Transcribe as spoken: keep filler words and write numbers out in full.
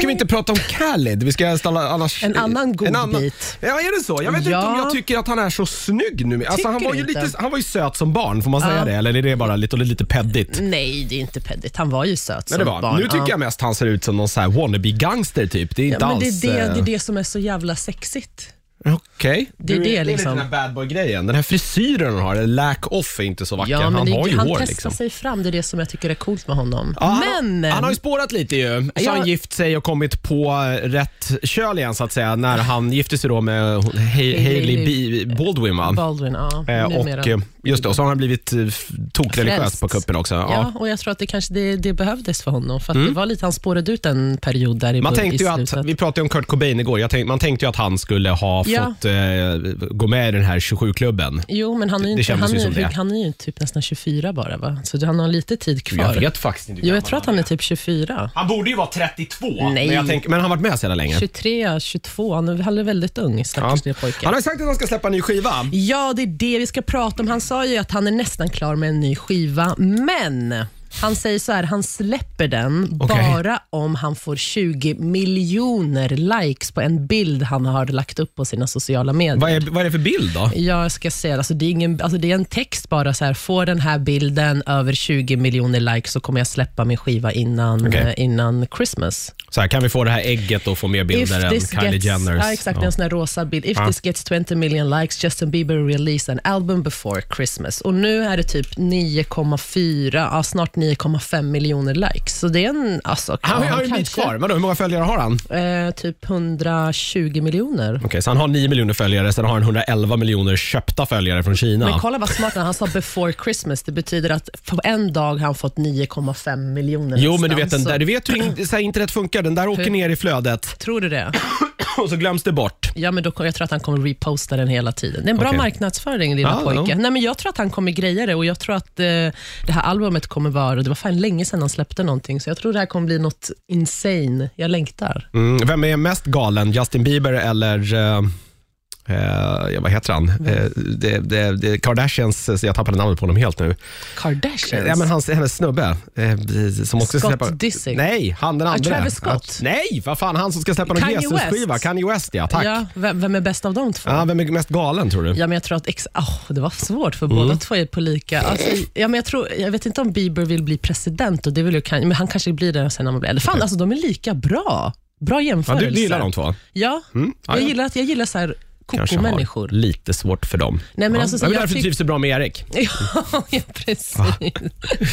ska vi inte prata om Khaled. Vi ska ställa annars... En annan god en annan, bit. Ja, är det så? Jag vet ja. inte om jag tycker att han är så snygg nu. Alltså, han, var ju lite, han var ju söt som barn, får man säga ja. det? Eller är det bara lite, lite peddigt? Nej, det är inte peddigt. Han var ju söt som det var. barn. Nu tycker ja. jag mest han ser ut som någon så här wannabe-gangster typ. Det är inte ja, men alls... Det är det, det är det som är så jävla sexigt. Okej. Okay. Det är det, det är liksom. Den här bad boy-grejen. Den här frisyren han har, lack off, är inte så vacker. Ja, men han det, har ju han hår testar liksom. sig fram, det är det som jag tycker är coolt med honom. Ja, men han, han har ju spårat lite ju. Så jag, han gift sig och kommit på rätt köl igen så att säga, när han gifte sig då med Hailey Baldwin, va? Baldwin, ja. Eh, och just då, så har han blivit tokreligiös på kuppen också. Ja. ja, och jag tror att det kanske det, det behövdes för honom, för att mm. det var lite, han spårade ut en period där i man tänkte ju att, vi pratade om Kurt Cobain igår. Jag tänkte, man tänkte ju att han skulle ha ja. fått eh, gå med i den här tjugosju-klubben. Jo, men han är ju inte, han är, han är ju typ nästan tjugofyra bara, va? Så han har lite tid kvar. Jag vet faktiskt inte. Jo, jag tror att han är typ tjugofyra. Han borde ju vara trettiotvå. Nej. Men, jag tänker, men han har varit med sedan länge. tjugotre, tjugotvå. Han är, han är väldigt ung, stackars ja. pojke. Han har sagt att han ska släppa en ny skiva. Ja, det är det vi ska prata om. Han sa ju att han är nästan klar med en ny skiva, men han säger så här, han släpper den okay. bara om han får tjugo miljoner likes på en bild han har lagt upp på sina sociala medier. Vad är, vad är det för bild då? Jag ska säga, alltså det är ingen, alltså det är en text bara så här, får den här bilden över tjugo miljoner likes så kommer jag släppa min skiva innan, okay. eh, innan Christmas. Så här, kan vi få det här ägget och få mer bilder än Kylie gets, Jenners? Ja, exakt, ja. En sån här rosa bild. If ja. this gets twenty million likes, Justin Bieber release an album before Christmas. Och nu är det typ nio komma fyra, ja, snart nio komma fem miljoner likes. Så det är en... Alltså, han har ju en bit kvar. Men då, hur många följare har han? Eh, typ hundratjugo miljoner. Okej, okay, så han har nio miljoner följare, sen har han hundraelva miljoner köpta följare från Kina. Men kolla vad smart han sa before Christmas. Det betyder att på en dag har han fått nio komma fem miljoner. Jo, men du vet, den där, du vet hur så här, internet funkar. Den där åker hur? ner i flödet. Tror du det? Och så glöms det bort. Ja, men då, jag tror att han kommer reposta den hela tiden. Det är en bra okay. marknadsföring, lilla ah, pojke. No. Nej, men jag tror att han kommer greja det, och jag tror att eh, det här albumet kommer vara, det var fan länge sedan han släppte någonting, så jag tror det här kommer bli något insane. Jag längtar. Mm, vem är mest galen? Justin Bieber eller... Uh... Uh, ja, vad heter han? Mm. Uh, det, det, det Kardashians, så jag tappade namnet på honom helt nu. Kardashians? Uh, ja, men hans, hennes snubbe. Uh, som också Scott släppa... Disick? Nej, han den andra. Uh, Travis Scott? Uh, nej, vad fan, han som ska släppa någon Jesus-skiva. Kanye West, ja, tack. Ja, vem, vem är bäst av de två? Ja, vem är mest galen, tror du? Ja, men jag tror att ex- oh, det var svårt, för mm. båda två är på lika. Alltså, ja, men jag, tror, jag vet inte om Bieber vill bli president, och det vill ju, men han kanske blir det sen när man blir äldre. Fan, okay. Alltså de är lika bra. Bra jämförelse. Ja, du gillar de två? Ja, mm. ah, jag, ja. Gillar att, jag gillar så här kanske har lite svårt för dem. Nej, men ja. alltså, så jag vill jag därför fick... trivs så bra med Erik. Ja, ja, precis.